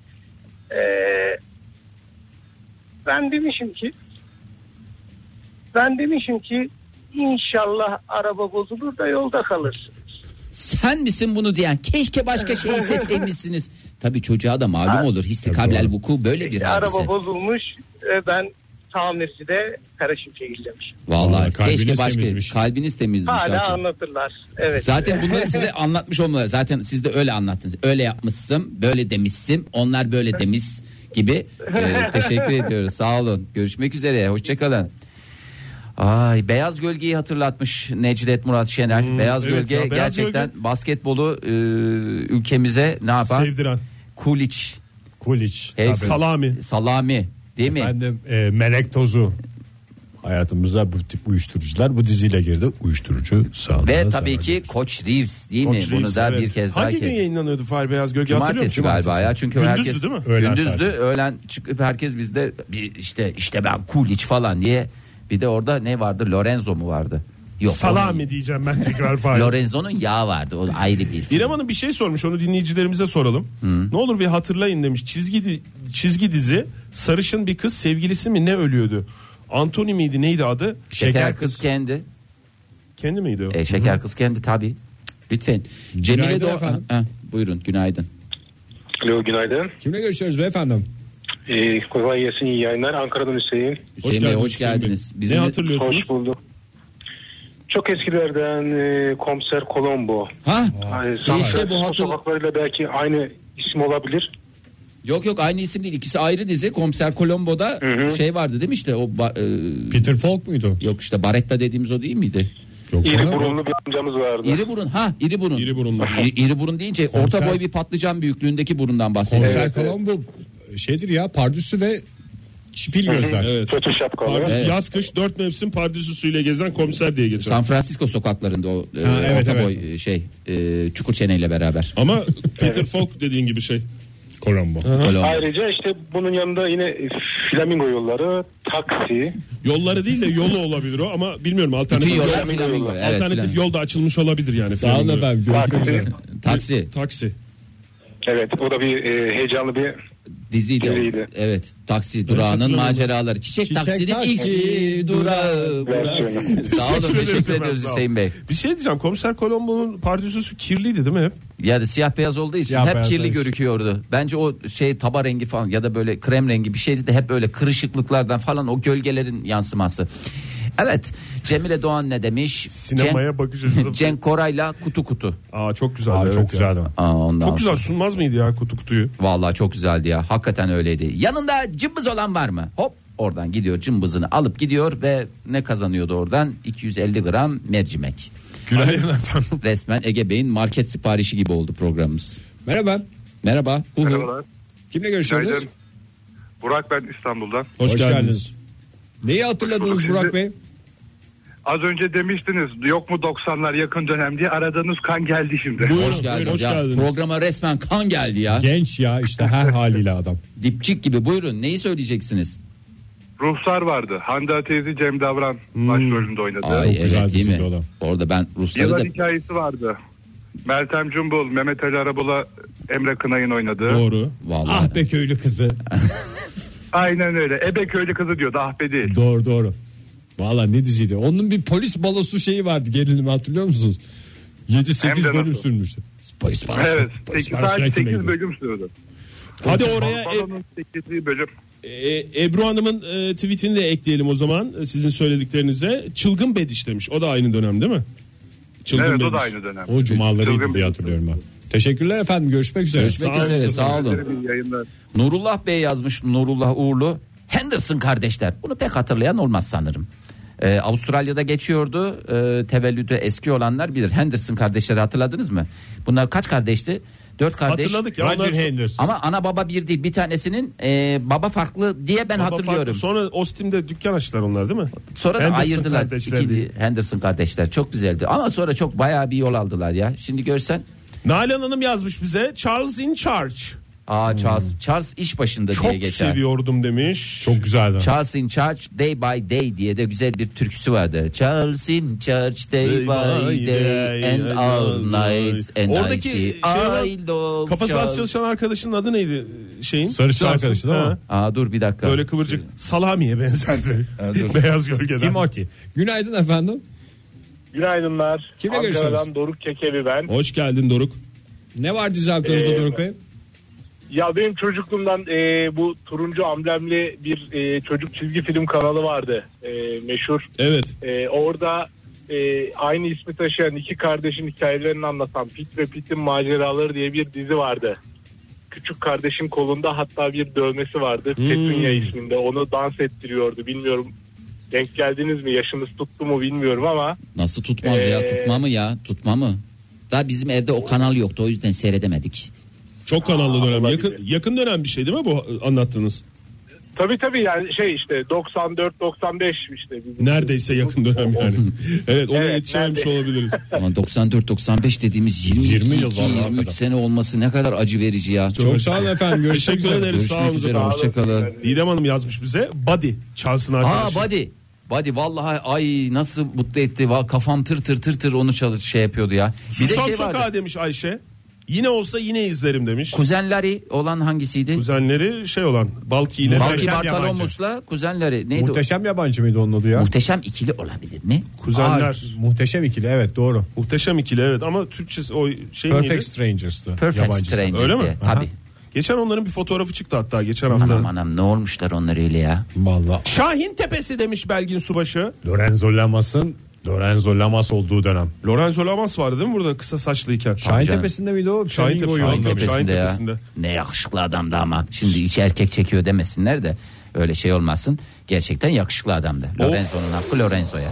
ben demişim ki inşallah araba bozulur da yolda kalırsın. Sen misin bunu diyen? Keşke başka şey isteseymişsiniz. Tabii çocuğa da malum olur. Histikablel vuku böyle bir hadise. Araba bozulmuş, ben tamirci de Kara Şimşek izlemişim. Vallahi kalbiniz keşke başka temizmiş. kalbiniz temizmiş. Hala hakikaten. anlatırlar. Evet. Zaten bunları size anlatmış olmaları. Zaten siz de öyle anlattınız. Öyle yapmışsın, böyle demişsin, onlar böyle demiş gibi. Teşekkür ediyoruz. Sağ olun. Görüşmek üzere. Hoşçakalın. Ay, Beyaz Gölge'yi hatırlatmış Necdet Murat Şener. Beyaz evet Gölge ya, Beyaz gerçekten Gölge. basketbolu ülkemize ne yapar? Sevdiren. Kuliç, Kuliç. Hey, tabii. Salami. salami değil mi? Efendim melek tozu. Hayatımıza bu tip uyuşturucular bu diziyle girdi. Uyuşturucu sağlığı. Ve tabii ki Koç Reeves değil mi? Koç Bunu Reeves, da evet. bir kez daha Hangi gün yayınlanıyordu Fahir Beyaz Gölge, hatırlıyor Cumartesi musun? galiba ya, çünkü Gündüzdü herkes değil mi? Öğlen gündüzdü, saati. öğlen çıkıp herkes bizde bir işte ben Kuliç falan diye, bir de orada ne vardı, Lorenzo mu vardı? Yok, Salami diyeceğim ben tekrar Fahir. Lorenzo'nun yağı vardı, o ayrı bir film. İrem Hanım bir şey sormuş, onu dinleyicilerimize soralım. Ne olur bir hatırlayın demiş. Çizgi dizi, sarışın bir kız sevgilisi mi ne ölüyordu? Antony miydi, neydi adı? Şeker Kız Kendi. Kendi miydi o? Şeker Kız Kendi tabii. Lütfen. Cemile Günaydın Doğan. efendim. Buyurun, günaydın. Alo, günaydın. Kimle görüşüyoruz beyefendi? Kolay gelsin, iyi yayınlar. Ankara'dan Hüseyin. Hüseyin Bey hoş geldiniz. Ne Bizim hatırlıyorsunuz? Hoş bulduk. Çok eskilerden Komiser Colombo. Ha? Yani, işte bu sokaklarıyla belki aynı isim olabilir. Yok aynı isim değil, ikisi ayrı dizi. Komiser Colombo'da şey vardı değil mi, işte o Peter Falk muydu? yok işte Baretta dediğimiz o değil miydi? Yok İri canım. burunlu bir amcamız vardı. İri burun. İri burun. İri burunlu. İri burun deyince orta boy bir patlıcan büyüklüğündeki burundan bahsediyoruz. Komiser Colombo şeydir ya, pardüsü ve çipil gözler. Evet. Kötü şapkalı. Evet. Yaz kış 4 mevsim pardüsüsüyle gezen komiser diye geçer. San Francisco sokaklarında o evet, orta evet. boy çukur çeneyle beraber. Ama Peter Falk dediğin gibi şey. Colombo. Colombo. Ayrıca işte bunun yanında yine Flamingo yolları, taksi. Yolları değil de yolu olabilir o, ama bilmiyorum, Bütün alternatif yollar Flamingo Flamingo. yolu. Evet, alternatif Flamingo. yol da açılmış olabilir yani. Sağ olun Flamingo. efendim. Görüşmek üzere. Taksi Taksi. Evet, o da bir heyecanlı bir diziydi. Diziydi. Evet, taksi durağının hatırladım. maceraları. Çiçek Taksi'nin Taksi. ilk durağı. versiyonu. Sağ olun, Teşekkür ederiz teşekkür efendim, ediyoruz sağ olun. Hüseyin Bey. Bir şey diyeceğim, Komiser Colombo'nun pardüsüsü kirliydi değil mi hep? Yani siyah beyaz olduğu için Siyah hep beyaz, kirli evet. görüküyordu. Bence o şey taba rengi falan ya da böyle krem rengi bir şeydi de hep böyle kırışıklıklardan falan, o gölgelerin yansıması. Evet, Cemile Doğan ne demiş? Sinemaya bakış açısı. Cenk Koray'la Kutu Kutu. Aa, çok güzeldi. Aa, evet çok ya. güzeldi. Ondan Çok güzel sonra. sunmaz mıydı ya kutuyu? Vallahi çok güzeldi ya. Hakikaten öyleydi. Yanında cımbız olan var mı? Hop, oradan gidiyor, cımbızını alıp gidiyor ve ne kazanıyordu oradan? 250 gram mercimek. Günaydın efendim. Resmen Ege Bey'in market siparişi gibi oldu programımız. Merhaba. Merhaba. Hu hu. Merhabalar. Kimle görüşüyoruz? Günaydın. Burak, ben İstanbul'dan. Hoş geldiniz. Neyi hatırladınız Burak Bey? Az önce demiştiniz yok mu 90'lar yakın dönem diye, aradığınız kan geldi şimdi. Hoş geldiniz. hoş Ya, geldiniz. programa resmen kan geldi ya. Genç ya işte her haliyle adam. Dipçik gibi. Buyurun, neyi söyleyeceksiniz? Ruhsar vardı. Hande Teyze, Cem Davran başrolünde oynadı. Ay, Çok evet, güzel değil diziydi mi? o da. Orada ben Rusları Yılan da hikayesi vardı. Meltem Cumbul, Mehmet Ali Arabul'a, Emre Kınay'ın oynadığı. Doğru. vallahi. Ah be köylü kızı. Aynen öyle. Ebe köylü kızı diyordu, ah be değil. Doğru. Valla ne diziydi. Onun bir polis balosu şeyi vardı, gerilimi hatırlıyor musunuz? 7-8 Hem de bölüm nasıl? sürmüştü. Polis balosu. Evet. Polis 8 balosuna saat kim 8 geliyor? bölüm sürdü. Hadi oraya Balonun 8. bölüm. Ebru Hanım'ın tweetini de ekleyelim o zaman sizin söylediklerinize. Çılgın Bediş demiş. O da aynı dönem değil mi? Çılgın Evet, Bediş. o da aynı dönem. O cumalarıydı Çılgın diye bir- hatırlıyorum ben. Teşekkürler efendim, görüşmek üzere. Görüşmek üzere, sağ olun. İyi yayınlar. Nurullah Bey yazmış, Nurullah Uğurlu. Henderson kardeşler. Bunu pek hatırlayan olmaz sanırım. Avustralya'da geçiyordu. Tevellüdü eski olanlar bilir. Henderson kardeşleri hatırladınız mı? Bunlar kaç kardeşti? 4 kardeş. Hatırladık ya. Roger onlar- Henderson. Ama ana baba bir değil. Bir tanesinin baba farklı diye ben Baba hatırlıyorum. farklı. Sonra Ostim'de dükkan açtılar onlar değil mi? Sonra da Henderson ayırdılar. kardeşler İkinci diye. Henderson kardeşler çok güzeldi. Ama sonra çok bayağı bir yol aldılar ya. Şimdi görsen. Nalan Hanım yazmış bize. Charles in Charge. Charles iş başında Çok diye geçer. seviyordum demiş. Çok güzeldi. Charles in Charge Day by Day diye de güzel bir türküsü vardı. Charles in Charge Day by Day and all night and Oradaki I see I love Kafası az Charles. çalışan arkadaşın adı neydi şeyin? Sarışın Charles'ın. arkadaşın ama. Ha, Dur bir dakika. Böyle kıvırcık salamiye benzerdi. Beyaz gölgeden. Timothy. Günaydın efendim. Günaydınlar. Kimle görüşüyoruz? Ankara'dan Doruk Kekevi ben. Hoş geldin Doruk. Ne var dizi haftanızda Doruk Bey? Ya benim çocukluğumdan bu turuncu amblemli bir çocuk çizgi film kanalı vardı. Meşhur. Evet. Orada aynı ismi taşıyan iki kardeşin hikayelerini anlatan Pete ve Pete'in maceraları diye bir dizi vardı. Küçük kardeşin kolunda hatta bir dövmesi vardı. Petunia isminde. Onu dans ettiriyordu. Bilmiyorum denk geldiniz mi? Yaşınız tuttu mu bilmiyorum ama. Nasıl tutmaz ya? Tutma mı ya? Tutma mı? Daha bizim evde o kanal yoktu. O yüzden seyredemedik. Çok kanallı dönem. olabilir. Yakın dönem bir şey değil mi bu anlattığınız? Tabii yani işte 94-95 işte. Bizim Neredeyse yakın dönem yani. Evet, ona Evet, yetişememiş olabiliriz. Ama 94-95 dediğimiz 20 yıl vallahi 23 hakikaten. sene olması ne kadar acı verici ya. Çok sağ olun efendim, görüşmek Teşekkür üzere. ederiz. Sağ Görüşmek olun. üzere, hoşçakalın. Didem Hanım yazmış bize. Buddy. Charles'ın arkadaşı. Buddy vallahi ay nasıl mutlu etti. Kafam tır onu şey yapıyordu ya. Bir de Susam şey Sokağı vardı. demiş Ayşe. Yine olsa yine izlerim demiş. Kuzenleri olan hangisiydi? Kuzenleri şey olan Balki ile Balki Muhteşem Bartolomus'la kuzenleri neydi? Muhteşem yabancı mıydı onun adı ya? Muhteşem ikili olabilir mi? kuzenler. Muhteşem ikili, evet doğru. Muhteşem ikili, evet, ama Türkçesi o şey Perfect neydi? Strangers'tı. Perfect yabancısı. Strangers Öyle mi? diye. Tabii. Geçen onların bir fotoğrafı çıktı hatta geçen hafta. Anam ne olmuşlar onlar öyle ya. Vallahi. Şahin Tepesi demiş Belgin Subaşı. Lorenzo Lamas olduğu dönem. Lorenzo Lamas vardı değil mi burada kısa saçlıyken? Şahin canım. Tepesi'nde miydi o? Şahin Flamingo'yu Şahin oynamış. Tepesi. Tepesinde ya. Tepesi'nde. Ne yakışıklı adamdı ama. Şimdi içi erkek çekiyor demesinler de öyle şey olmasın. Gerçekten yakışıklı adamdı. Lorenzo'nun hakkı Lorenzo'ya.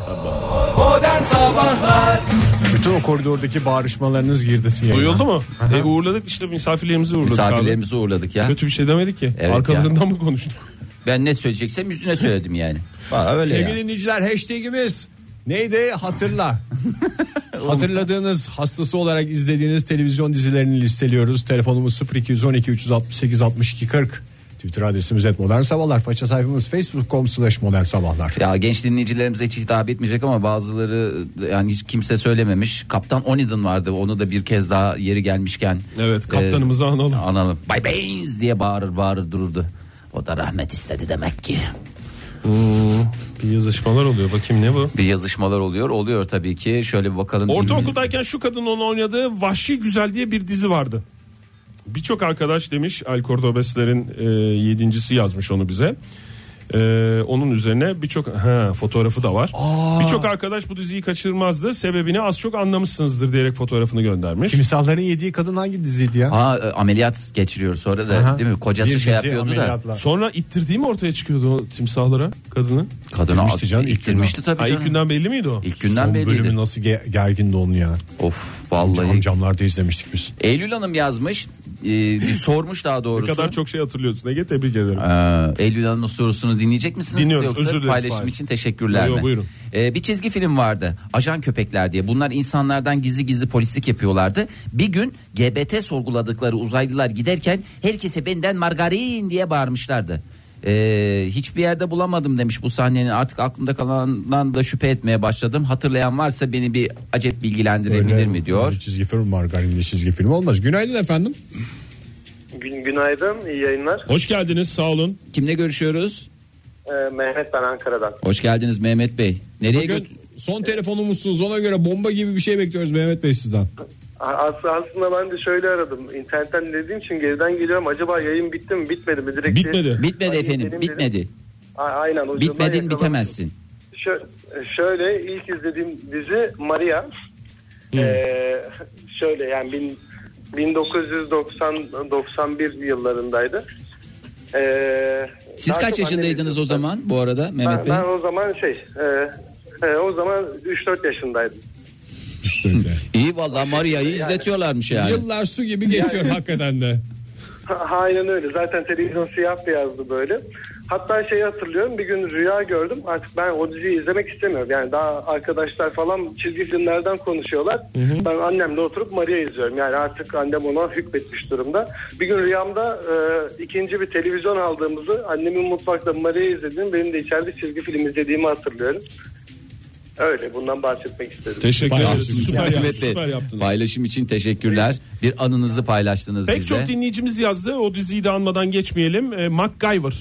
Bütün o koridordaki bağırışmalarınız girdi yayına. Duyuldu mu? Uğurladık işte, misafirlerimizi uğurladık. Misafirlerimizi uğurladık ya. Kötü bir şey demedik ki. Evet Arkalarından mı konuştuk? Ben ne söyleyeceksem yüzüne söyledim yani. Öyle Sevgili ya. dinleyiciler, hashtagimiz neydi? Hatırla. Hatırladığınız, hastası olarak izlediğiniz televizyon dizilerini listeliyoruz. Telefonumuz 0212 368 62 40. Twitter adresimiz @modernsabahlar. Faça sayfamız facebook.com/modernsabahlar. Ya genç dinleyicilerimize hiç hitap etmeyecek ama bazıları yani hiç kimse söylememiş. Kaptan Onidon vardı. Onu da bir kez daha yeri gelmişken. Evet, kaptanımızı analım. Analım. Bay Baines diye bağırır dururdu. O da rahmet istedi demek ki. Bir yazışmalar oluyor, bakayım ne bu? Bir yazışmalar oluyor tabii ki. Şöyle bir bakalım. Ortaokuldayken şu kadın onu oynadığı Vahşi Güzel diye bir dizi vardı. Birçok arkadaş demiş, El Cordobes'lerin 7.'si yazmış onu bize. Onun üzerine birçok fotoğrafı da var. Birçok arkadaş bu diziyi kaçırmazdı. Sebebini az çok anlamışsınızdır diyerek fotoğrafını göndermiş. Timsahların yediği kadın hangi diziydi ya? Ameliyat geçiriyor sonra da, Aha. değil mi? Kocası Bir şey dizi yapıyordu ameliyatla. da. Sonra ittirdiği mi ortaya çıkıyordu o timsahlara kadını? Kadına İttirmişti canım, ilk ittirmişti tabii Ha, canım. ilk günden belli miydi o? İlk günden Son bölümü belliydi. nasıl gergindi onun ya. Of vallahi. Camlarda izlemiştik biz. Eylül Hanım yazmış. bir sormuş daha doğrusu. Ne kadar çok şey hatırlıyorsun Ege, tebrik ederim. Eylül Hanım'ın sorusunu dinleyecek misiniz? Dinliyoruz, Yoksa özür dileriz. paylaşım için teşekkürler mi? Buyurun. Bir çizgi film vardı. Ajan Köpekler diye. Bunlar insanlardan gizli gizli polislik yapıyorlardı. Bir gün GBT sorguladıkları uzaylılar giderken herkese benden margarin diye bağırmışlardı. Hiçbir yerde bulamadım demiş bu sahnenin, artık aklımda kalandan da şüphe etmeye başladım. Hatırlayan varsa beni bir acep bilgilendirebilir mi diyor. Çizgi film, margarinli çizgi film olmaz. Günaydın efendim. Günaydın, iyi yayınlar. Hoş geldiniz, sağ olun. Kimle görüşüyoruz? Mehmet, ben Ankara'dan. Hoş geldiniz Mehmet Bey. Nereye Bugün son telefonumuzsunuz, ona göre bomba gibi bir şey bekliyoruz Mehmet Bey sizden. Aslında ben de şöyle aradım. İnternetten dediğim için geriden geliyorum. Acaba yayın bitti mi, bitmedi mi? Direkt Bitmedi efendim, bitmedi. Aynen. Bitmedin, bitemezsin. Şöyle, ilk izlediğim dizi Maria. Şöyle yani 1990-91 yıllarındaydı. Siz kaç yaşındaydınız o zaman bu arada Mehmet Bey? Ben o zaman o zaman 3-4 yaşındaydım. İyi vallahi Maria'yı izletiyorlarmış yani. Yıllar su gibi geçiyor hakikaten de. Aynen öyle. Zaten televizyon siyah beyazdı böyle. Hatta hatırlıyorum, bir gün rüya gördüm. Artık ben o diziyi izlemek istemiyorum. Yani daha arkadaşlar falan çizgi filmlerden konuşuyorlar. Ben annemle oturup Maria izliyorum. Yani artık annem ona hükmetmiş durumda. Bir gün rüyamda ikinci bir televizyon aldığımızı, annemin mutfakta Maria izlediğim, benim de içeride çizgi film izlediğimi hatırlıyorum. Öyle, bundan bahsetmek istedim. Teşekkür ederiz. Süper yaptınız. Paylaşım için teşekkürler. Bir anınızı paylaştınız Pek bize. çok dinleyicimiz yazdı. O diziyi de anmadan geçmeyelim. MacGyver.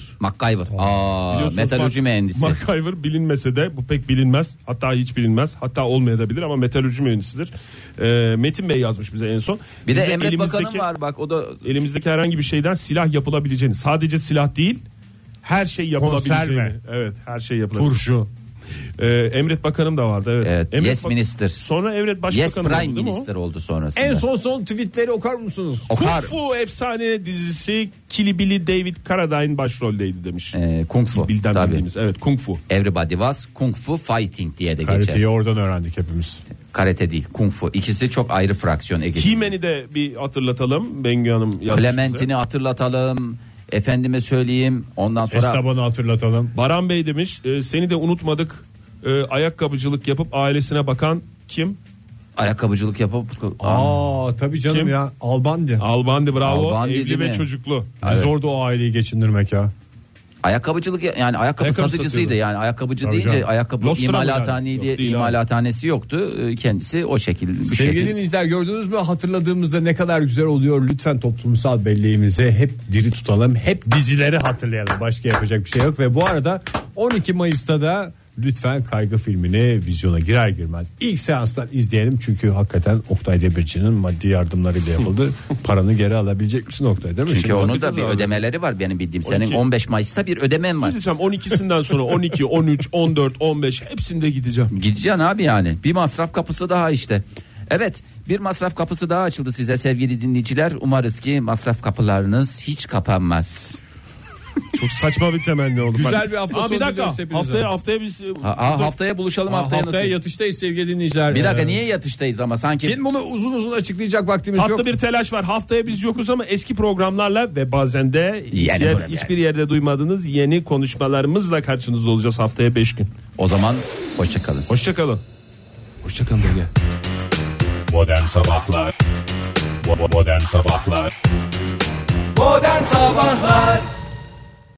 Metalurji mühendisi. MacGyver bilinmese de, bu pek bilinmez. Hatta hiç bilinmez. Hatta olmayabilir ama metalurji mühendisidir. Metin Bey yazmış bize en son. Bir de Emret Bakanım var bak, o da elimizdeki herhangi bir şeyden silah yapılabileceğini, sadece silah değil, her şey yapılabileceğini. Konserve. Evet, her şey yapılabileceğini. Turşu. Emret Bakanım da vardı. Evet. Yes Minister. Sonra Emret Başbakanım Yes oldu, Prime değil mi o? Minister oldu sonrasında. En son tweetleri okar mısınız? Okar. Kung Fu efsane dizisi, Kill Bill'i David Carradine başroldeydi demiş. Kung Fu. Bilden Tabii. bildiğimiz. Evet, Kung Fu. Everybody was Kung Fu Fighting diye de Karateyi geçer. oradan öğrendik hepimiz. Karate değil, Kung Fu. İkisi çok ayrı fraksiyon. He-Man'i de bir hatırlatalım. Bengü Hanım yazmış. Clementine hatırlatalım. Efendime söyleyeyim. Ondan sonra Esteban'ı hatırlatalım. Baran Bey demiş, seni de unutmadık. Ayakkabıcılık yapıp ailesine bakan kim? Ayakkabıcılık yapıp Tabii canım Kim? ya, Albandi. Albandi, bravo. Albandi Evli değil ve mi? çocuklu. Zor da o aileyi geçindirmek ya. ayakkabıcılık, yani ayakkabı satıcısıydı satıyordu. yani, ayakkabıcı Tabii deyince canım. ayakkabı Lostra mı imalathaneydi, yani? Yok, değil imalathanesi yoktu. Kendisi o şekilde bir Sevgili şekilde. dinleyiciler, gördünüz mü, hatırladığımızda ne kadar güzel oluyor. Lütfen toplumsal belleğimizi hep diri tutalım. Hep dizileri hatırlayalım. Başka yapacak bir şey yok. Ve bu arada 12 Mayıs'ta da lütfen Kaygı filmini vizyona girer girmez ilk seanstan izleyelim. Çünkü hakikaten Oktay Demirci'nin maddi yardımlarıyla yapıldı. Paranı geri alabilecek misin Oktay, değil mi? Çünkü Şimdi onun da bakacağız bir abi. ödemeleri var benim bildiğim. Senin 12. 15 Mayıs'ta bir ödemen var. Gideceğim 12'sinden sonra 12, 13, 14, 15 hepsinde gideceğim. Gideceksin abi yani. Bir masraf kapısı daha işte. Evet, bir masraf kapısı daha açıldı size sevgili dinleyiciler. Umarız ki masraf kapılarınız hiç kapanmaz. Çok saçma bir temenni oldu. Güzel bir hafta sonu bir dakika. diliyoruz hepinize. Haftaya biz Haftaya buluşalım. Haftaya Haftaya nasıl? yatıştayız sevgili dinleyiciler. Bir dakika, niye yatıştayız ama sanki? Şimdi bunu uzun açıklayacak vaktimiz yok. tatlı bir telaş var. Haftaya biz yokuz ama eski programlarla ve bazen de hiçbir yerde duymadığınız yeni konuşmalarımızla karşınızda olacağız haftaya 5 gün. O zaman hoşçakalın. Hoşçakalın. Hoşçakalın Ege. Modern Sabahlar. Modern Sabahlar. Modern Sabahlar